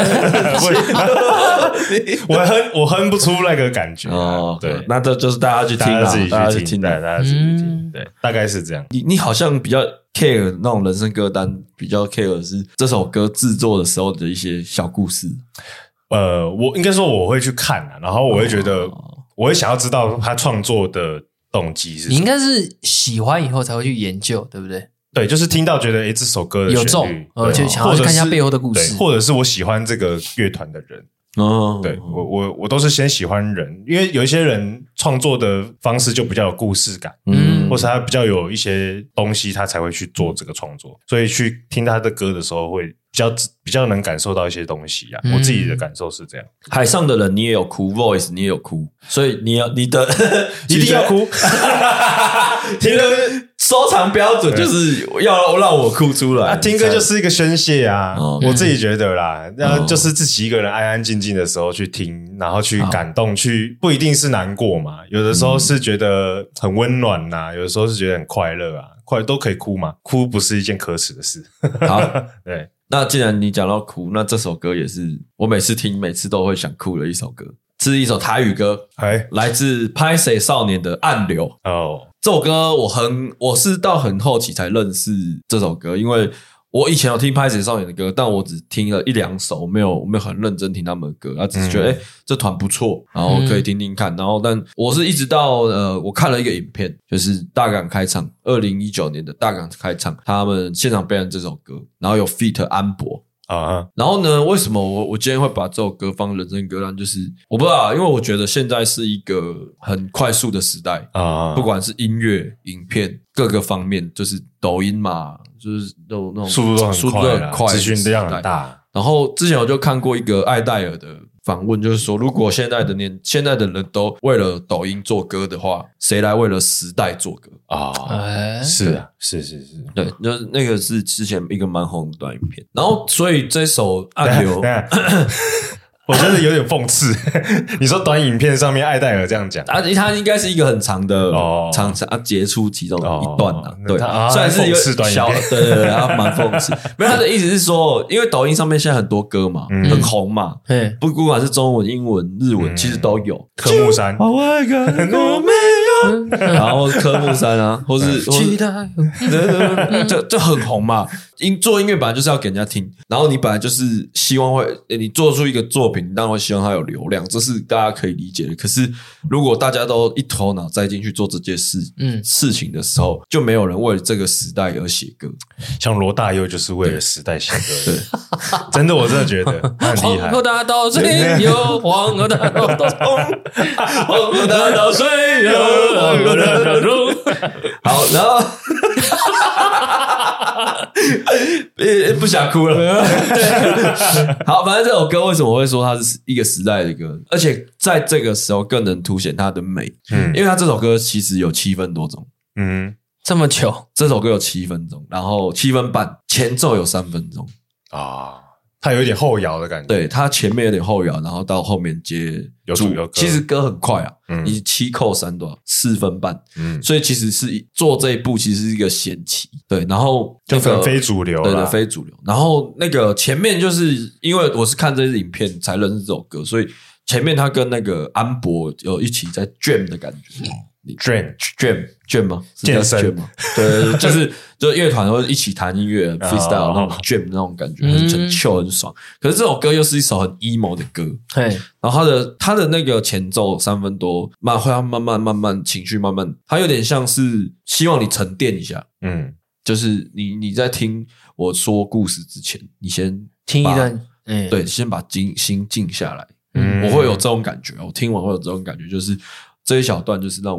我哼不出那个感觉对， 那这就是大家去听， 大家自己去听，大家自己去听，对，大概是这样。 你好像比较 care 那种人生歌单，比较 care 的是这首歌制作的时候的一些小故事。 我应该说我会去看然后我会觉得，我会想要知道他创作的动机是什么。 你应该是喜欢以后才会去研究，对不对？ 对，就是听到觉得这首歌的旋律有中，就想要看一下背后的故事， 或者是我喜欢这个乐团的人。对，我都是先喜欢人，因为有一些人创作的方式就比较有故事感，或是他比较有一些东西，他才会去做这个创作，所以去听他的歌的时候会比较能感受到一些东西啊。我自己的感受是这样。 海上的人你也有哭 ，Voice 你也有哭，所以你的一定要哭。 听歌收藏标准就是要让我哭出来。 听歌就是一个宣泄啊，我自己觉得啦，那就是自己一个人安安静静的时候去听，然后去感动，去不一定是难过嘛，有的时候是觉得很温暖有的时候是觉得很快乐都可以哭嘛，哭不是一件可耻的事。 好， 对。 那既然你讲到哭，那这首歌也是我每次听每次都会想哭的一首歌，是一首台语歌，来自拍谁少年的《暗流》。这首歌我是到很后期才认识这首歌，因为我以前有听拍谁少年的歌，但我只听了1-2首，没有很认真听他们的歌，只是觉得这团不错，然后可以听听看。然后但我是一直到我看了一个影片，就是大港开唱2019年的大港开唱，他们现场表演这首歌，然后有 feat 安博。然后呢，为什么我今天会把这首歌放人生歌单，就是我不知道因为我觉得现在是一个很快速的时代不管是音乐、影片各个方面，就是抖音嘛，就是都那种速度都很快，资讯量很大。 然后之前我就看过一个艾戴尔的访问，就是说如果现在的人都为了抖音做歌的话，谁来为了时代做歌是， 对，就是那个是之前一个蛮红的短影片。然后所以这首暗流我觉得有点讽刺。你说短影片上面艾戴尔这样讲他应该是一个很长的长截出其中一段对，虽然是有小对，他蛮讽刺。没有，他的意思是说，因为抖音上面现在很多歌嘛，很红嘛，不管是中文、英文、日文，其实都有。 科目三， 然后科目三或是就很红嘛。做音乐本来就是要给人家听，然后你本来就是希望你做出一个作品，你当然会希望它有流量，这是大家可以理解的。可是如果大家都一头脑栽进去做这件事情的时候，就没有人为了这个时代而写歌。 像罗大佑就是为了时代写歌，对，真的，我真的觉得他很厉害。 黄河大道水有黄河大道黄河大道水有黄河大道路。 好，然后不想哭了。对，好，反正这首歌为什么我会说它是一个时代的歌，而且在这个时候更能凸显它的美，因为它这首歌其实有7分多钟， 这么久， 这首歌有7分钟，然后7分半，前奏有3分钟它有一点后摇的感觉， 对，它前面有点后摇，然后到后面接有主有歌， 其实歌很快你7扣3多少4分半，所以其实是做这一步其实是一个险棋，对，然后就非主流， 对，非主流。然后那个前面就是因为我是看这支影片才认识这首歌，所以前面他跟那个安博有一起在 jam 的感觉。jam 吗？ 健身吗？对，就乐团会一起弹音乐 freestyle 那种 jam 那种感觉，很 chill 很爽。可是这首歌又是一首很 emo 的歌，然后他的那个前奏3分多，会慢慢情绪慢慢，它有点像是希望你沉淀一下，就是你在听我说故事之前，你先听一段， 对，先把心静下来，我会有这种感觉，我听完会有这种感觉，就是这一小段就是让我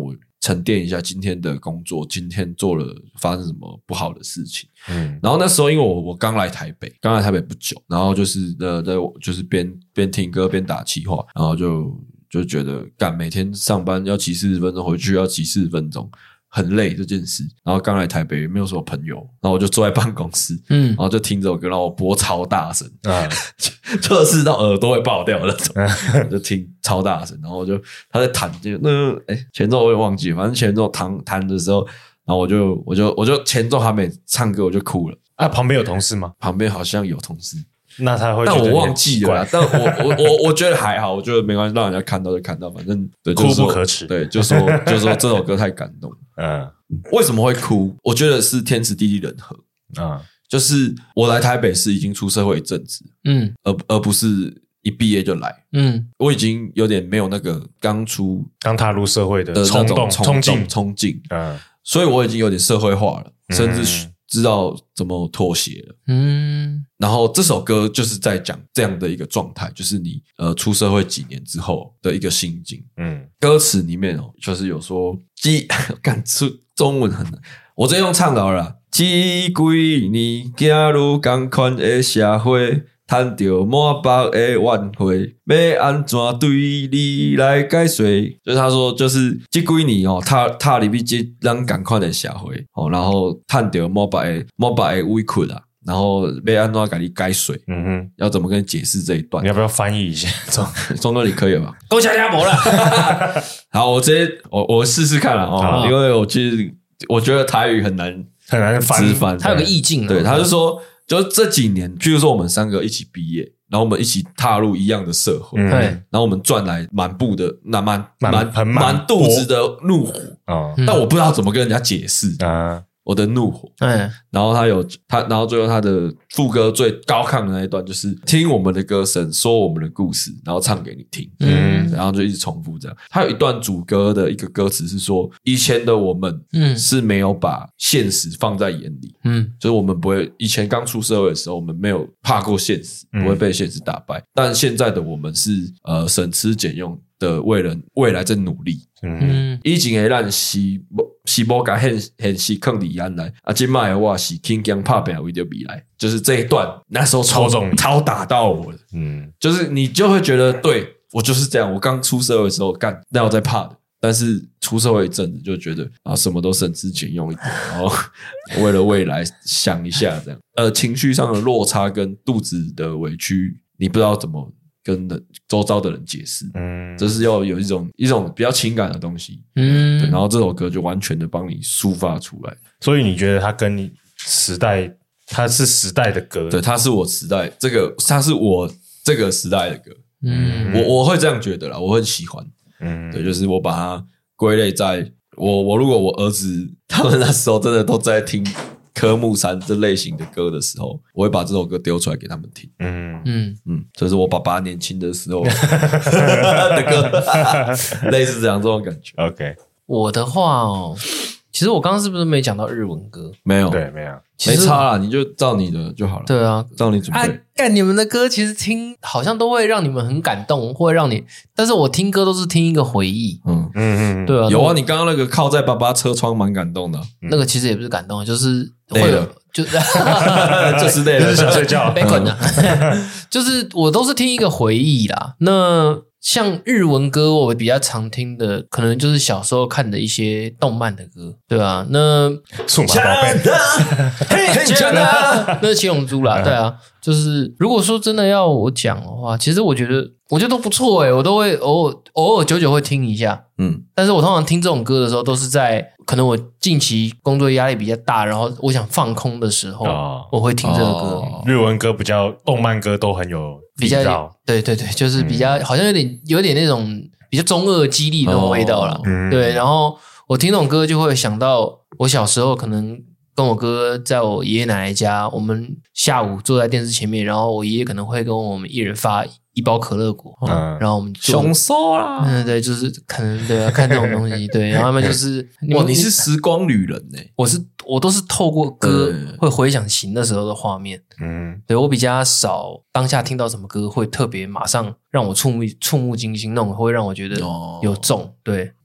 沉淀一下今天的工作，今天做了发生什么不好的事情。然后那时候因为我刚来台北不久，然后就是就是边听歌边打企划，然后就觉得干每天上班要骑40分钟，回去要骑40分钟。很累这件事，然后刚来台北也没有什么朋友，然后我就坐在办公室，然后就听这首歌，然后我播超大声，测试到耳朵会爆掉那种，我就听超大声，然后他在弹就前奏我也忘记了，反正前奏弹的时候，然后我就前奏还没唱歌我就哭了。 旁边有同事吗？ 旁边好像有同事。 那他会， 但我忘记了啦，但我觉得还好，我觉得没关系，让人家看到就看到，反正对， 哭不可耻。 对，就说这首歌太感动。为什么会哭？我觉得是天时地利人和。就是我来台北是已经出社会一阵子，而不是一毕业就来。我已经有点没有那个刚踏入社会的冲劲。所以我已经有点社会化了，甚至知道怎么妥协了。然后这首歌就是在讲这样的一个状态，就是你出社会几年之后的一个心境。歌词里面就是有说干出中文很难，我直接用唱的好了啦。这几年走入同款的社会，赚到满百的怨悔，要安怎对你来解说？就是他说，就是这几年踏入这咱同款的社会，然后赚到满百的委屈啦，然后要安怎给你解说？要怎么跟你解释这一段？ 你要不要翻译一下？ 中哥你可以吧？ 够下家博了。 好，我直接我试试看了因为我觉得台语很难翻， 它有个意境。 对，他就说。就这几年，譬如说我们3个一起毕业，然后我们一起踏入一样的社会，然后我们赚来满肚子的怒火，但我不知道怎么跟人家解释我的怒火。然后然后最后他的副歌最高亢的那一段就是听我们的歌声，说我们的故事，然后唱给你听。然后就一直重复这样。他有一段主歌的一个歌词是说，以前的我们是没有把现实放在眼里，就是我们不会，以前刚出社会的时候我们没有怕过现实，不会被现实打败，但现在的我们是省吃俭用的为了未来在努力。以前的咱是无把现实放在眼内，现在的我是轻强打拼为了未来。就是这一段那时候超打到我的。就是你就会觉得对，我就是这样，我刚出社会的时候干那我在怕的，但是出社会一阵子就觉得什么都省吃俭用一点，然后为了未来想一下这样。情绪上的落差跟肚子的委屈，你不知道怎么跟周遭的人解释。这是要有一种比较情感的东西。对，然后这首歌就完全的帮你抒发出来。 所以你觉得它跟你时代，它是时代的歌？ 对，它是我时代它是我这个时代的歌。我会这样觉得啦，我很喜欢。对，就是我把它归类在我如果我儿子他们那时候真的都在听科目3这类型的歌的时候，我会把这首歌丢出来给他们听。这是我爸爸年轻的时候的歌，类似这样这种感觉。 OK， 我的话其实我刚刚是不是没讲到日文歌？ 没有， 对，没有， 没差啦，你就照你的就好了。 对啊， 照你准备。 干你们的歌其实听好像都会让你们很感动，会让你，但是我听歌都是听一个回忆。对啊， 有啊，你刚刚那个靠在爸爸车窗蛮感动的。 那个其实也不是感动，就是会有就是累了， 就是想睡觉， 被捆了。就是我都是听一个回忆啦。那像日文歌，我比较常听的，可能就是小时候看的一些动漫的歌，对啊。那数码宝贝， 那是七龙珠啦，对啊。就是如果说真的要我讲的话，其实我觉得都不错我都会偶尔久久会听一下。但是我通常听这种歌的时候，都是在可能我近期工作压力比较大，然后我想放空的时候，我会听这个歌。 日文歌比较，动漫歌都很有比较，对，就是比较好像有点那种比较中二激励的那种味道啦。对，然后我听这种歌就会想到我小时候可能跟我哥在我爷爷奶奶家，我们下午坐在电视前面，然后我爷爷可能会跟我们一人发一包可乐果，然后我们熊收啦， 对，就是可能对啊，看这种东西，对，然后他们就是你是时光旅人欸， 我都是透过歌会回想起那时候的画面，对，我比较少当下听到什么歌会特别马上让我触目惊心，那种会让我觉得有中，对，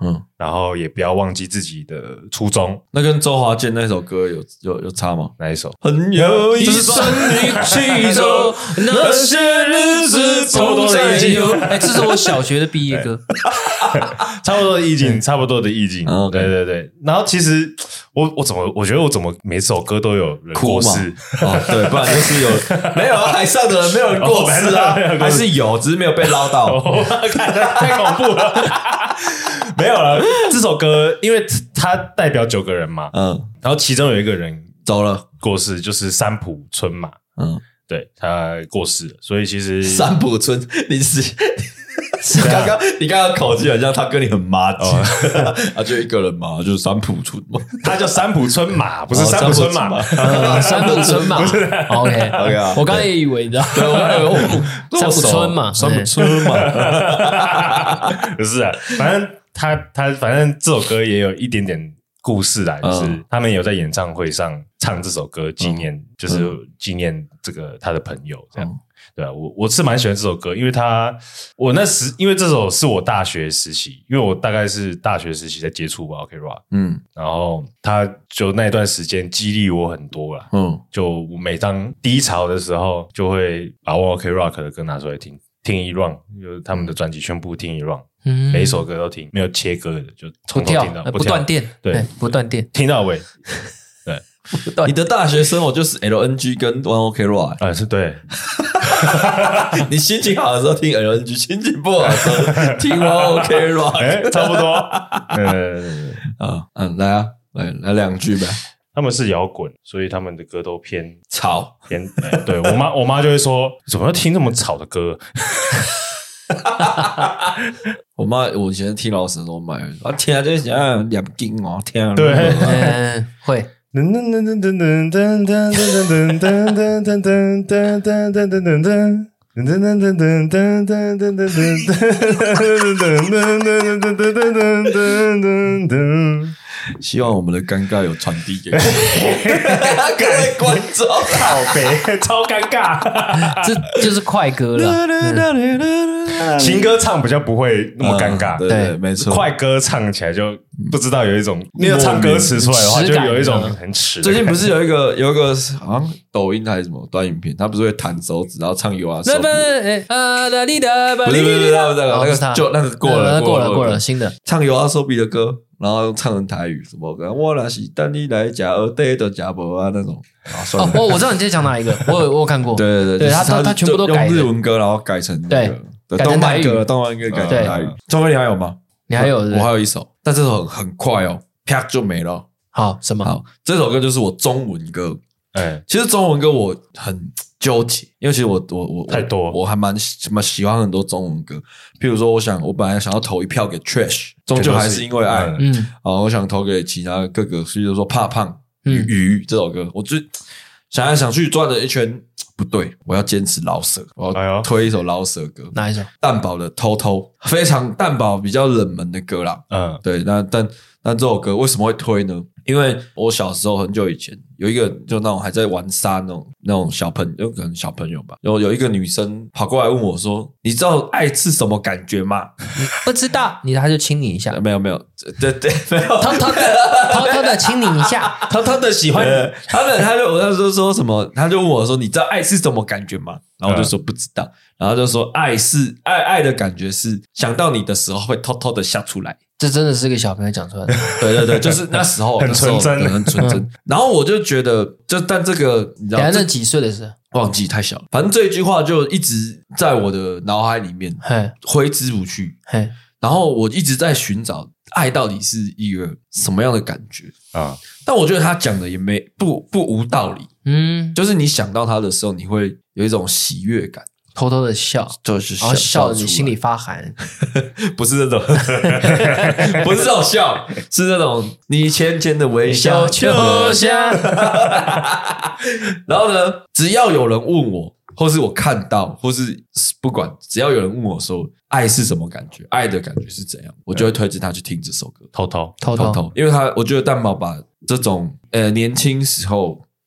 然后也不要忘记自己的初衷。 那跟周华健那首歌有差吗？ 哪一首？ 很有一生一起走，那些日子不再有。 这是我小学的毕业歌， 差不多的意境，差不多的意境。对对对。然后其实我觉得我怎么每首歌都有人过世？ 对，不然就是有没有海上的人没有人过世啊？还是有，只是没有被捞到。 太恐怖了。没有了，这首歌因为它代表9个人嘛，然后其中有一个人走了， 过世，就是三浦春马，对，他过世了，所以其实三浦春，你刚刚口气很像他跟你很麻吉，就一个人嘛，就是三浦春嘛， 他叫三浦春马，不是三浦春马， 三浦春马，不是 OK 啊，我刚才也以为你知道， 对，我刚才以为三浦春马， 三浦春马， 不是啊，反正这首歌也有一点点故事啦，就是他们有在演唱会上唱这首歌纪念，就是纪念这个他的朋友这样。对啊，我是蛮喜欢这首歌，因为因为这首是我大学时期，因为我大概是大学时期在接触 OK Rock，然后他就那段时间激励我很多啦，就每当低潮的时候，就会把 OK Rock 的歌拿出来听一 round， 就是他们的专辑全部听一 round，每一首歌都听，没有切歌的，就从头听到不断电，对，不断电， 听到尾。 你的大学生活就是 LNG 跟 One OK Rock， 是对。 你心情好的时候听 LNG， 心情不好的时候听 One OK Rock， 差不多。 来2句呗。 他们是摇滚，所以他们的歌都偏吵， 对我妈就会说，怎么要听那么吵的歌？ 我以前听老师都买，听啊，就是想2斤哦，听啊， 对， 会。 希望我们的尴尬有传递给各位观众， 靠北，超尴尬。 这就是快歌了， 情歌唱比较不会那么尴尬， 对，没错。 快歌唱起来就不知道有一种，没有唱歌词出来的话，就有一种很迟。 最近不是有一个好像抖音还是什么短影片，他不是会弹手指，然后唱 You Are So， 不是那个就那个过了新的唱 You Are So Be 的歌。然后唱成台语什么的，我那是等你来吃蚵仔的吃无啊那种。 我知道你在讲哪一个，我有看过。 对， 他全部都改用日文歌，然后改成那个动漫歌改成台语。钟哥，你还有吗？ 你还有？ 我还有一首，但这首很快哦，啪就没了。 好，什么？ 好，这首歌就是我中文歌。其实中文歌我很纠结，因为其实我太多， 我还蛮喜欢很多中文歌。譬如说，我本来想要投一票给 Trash， 终究还是因为爱。我想投给其他各个，比如说怕胖鱼这首歌，我就想来想去转了一圈，不对，我要坚持老舍，我要推一首老舍歌。 哪一首？ 蛋堡的偷偷，非常蛋堡比较冷门的歌啦。对，但这首歌为什么会推呢？因为我小时候很久以前有一个就那种还在玩沙那种小朋友，可能小朋友吧，有一个女生跑过来问我说：“你知道爱是什么感觉吗？” 不知道，他就亲你一下。 没有，对，没有， 偷偷的亲你一下， 偷偷的喜欢你。他就说什么？他就问我说：“你知道爱是什么感觉吗？”然后我就说不知道，然后就说爱的感觉是想到你的时候会偷偷的笑出来。 这真的是个小朋友讲出来的。 对，就是那时候很纯真， 很纯真。然后我就觉得，但这个你知道， 那几岁的事忘记太小了。反正这一句话就一直在我的脑海里面挥之不去。然后我一直在寻找爱到底是一个什么样的感觉啊？但我觉得他讲的也不无道理。就是你想到他的时候，你会有一种喜悦感。 偷偷的笑， 就是然后笑得你心里发寒， 不是那种，不是这种笑，是那种你浅浅的微笑就像。然后呢，只要有人问我，或是我看到，或是不管，只要有人问我说爱是什么感觉，爱的感觉是怎样，我就会推荐他去听这首歌。 偷偷， 因为我觉得蛋堡把这种年轻时候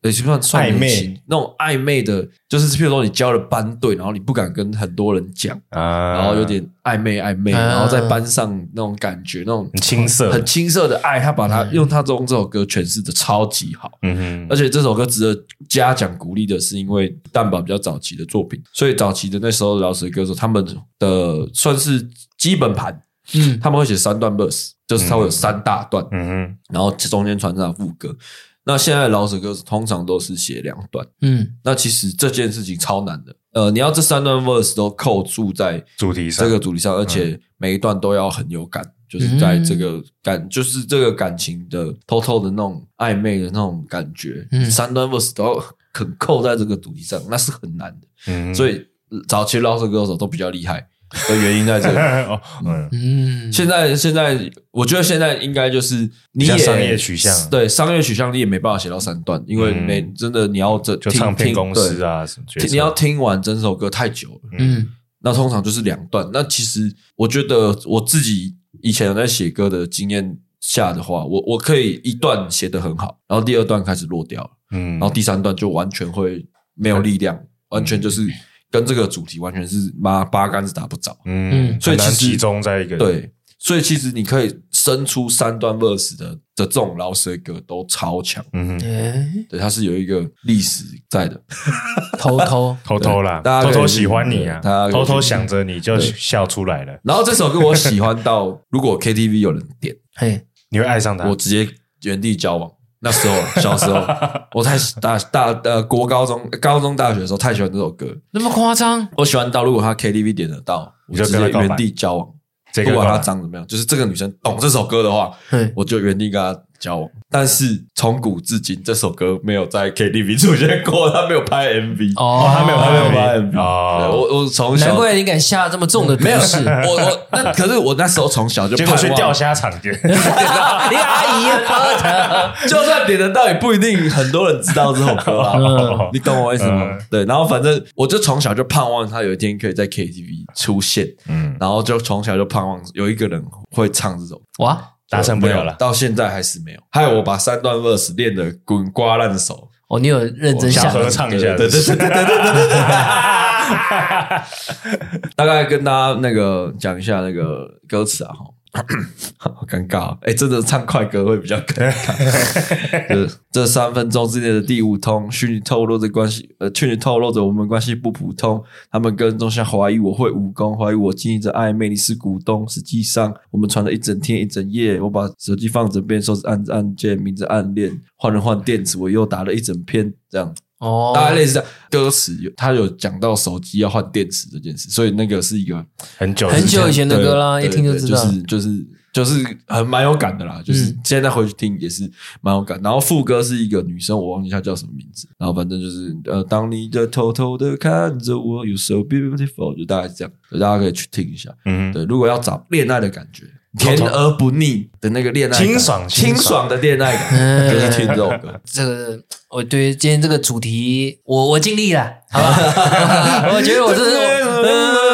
算暧昧那种暧昧的，就是譬如说你交了班队，然后你不敢跟很多人讲然后有点暧昧然后在班上那种感觉，那种很青涩的爱，他把它用他这首歌诠释的超级好。而且这首歌值得嘉奖鼓励的是，因为蛋堡比较早期的作品，所以早期的那时候饶舌歌手他们的算是基本盘。他们会写3段 verse， 就是它会有3大段，然后中间穿插副歌。那现在的饶舌歌通常都是写2段，那其实这件事情超难的。你要这3段 verse 都扣住在这个主题上，而且每一段都要很有感，就是在这个就是这个感情的偷偷的那种暧昧的那种感觉，3段 verse 都要很扣在这个主题上，那是很难的。所以早期饶舌歌手都比较厉害。的原因在这里。现在我觉得现在应该就是你也商业取向， 对商业取向你也没办法写到3段，因为真的你要就唱片公司啊什么， 你要听完整首歌太久了。那通常就是2段。那其实我觉得我自己以前有在写歌的经验下的话，我可以1段写得很好，然后第2段开始落掉了，然后第3段就完全会没有力量，完全就是跟这个主题完全是八竿子打不着。所以其实集中在一个对，所以其实你可以生出3段 verse 的这种饶舌歌都超强。对，它是有一个历史在的。 偷偷啦，偷偷喜欢你啊，偷偷想着你就笑出来了。 然后这首歌我喜欢到，如果 KTV 有人点， 你会爱上他， 我直接原地交往。那时候小时候我太国高中大学的时候太喜欢这首歌， 那么夸张。 我喜欢到如果他 KTV 点得到，我就直接原地交往，不管他长怎么样，就是这个女生懂这首歌的话，我就原地跟他交往。但是从古至今这首歌没有在 KTV 出现过，他没有拍 MV 他没有拍 MV 我从小难怪你敢下这么重的没有是可是我那时候从小就结果去钓虾场点你阿姨就算点得到也不一定很多人知道这首歌啦你懂我意思吗？对，然后反正我就从小就盼望他有一天可以在 KTV 出现，然后就从小就盼望有一个人会唱这首歌。 哇， 达成不了了， 到现在还是没有。还有我把3段 verse 练得滚瓜烂熟。 你有认真想合唱一下？ 对。大概跟大家讲一下那个歌词啊，好尴尬真的唱快歌会比较尴尬。就是这3分钟之内的第5通，去你透露着我们关系不普通。他们跟踪像怀疑我会武功，怀疑我经营着暧昧，你是股东。实际上我们传了一整天一整夜，我把手机放枕边，手指按着按键，明着暗恋，换了换电池，我又打了一整篇这样。大概类似这样。歌词他有讲到手机要换电池这件事，所以那个是一个很久以前的歌啦，一听就知道， 就是蛮有感的啦，就是现在回去听也是蛮有感。然后副歌是一个女生，我忘记她叫什么名字，然后反正就是当你的偷偷的看着我 ，You so beautiful， 就大概是这样，大家可以去听一下。对，如果要找恋爱的感觉，甜而不腻的那个恋爱感，清爽的恋爱感，就是听这首歌。 这个我对今天这个主题，我尽力了，好吧？我觉得我真的。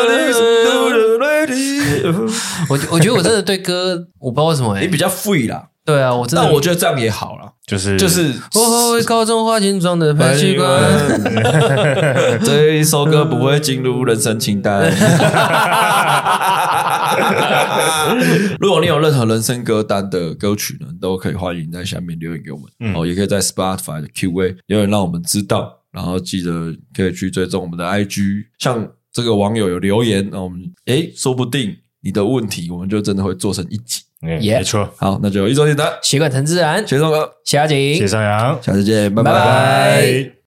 我觉得我真的对歌，我不知道为什么你比较 free 啦。 对啊，我真的， 但我觉得这样也好啦，就是我会高中花钱装的排气管， 这一首歌不会进入人生清单。如果你有任何人生歌单的歌曲呢，都可以欢迎在下面留言给我们，也可以在 Spotify 的 Q&A 留言让我们知道，然后记得可以去追踪我们的 IG， 像这个网友有留言，那我们说不定你的问题我们就真的会做成一集。 没错。 好，那就一周简单， 血管成自然， 学松哥， 谢阿景， 谢尚阳， 下次见，拜拜。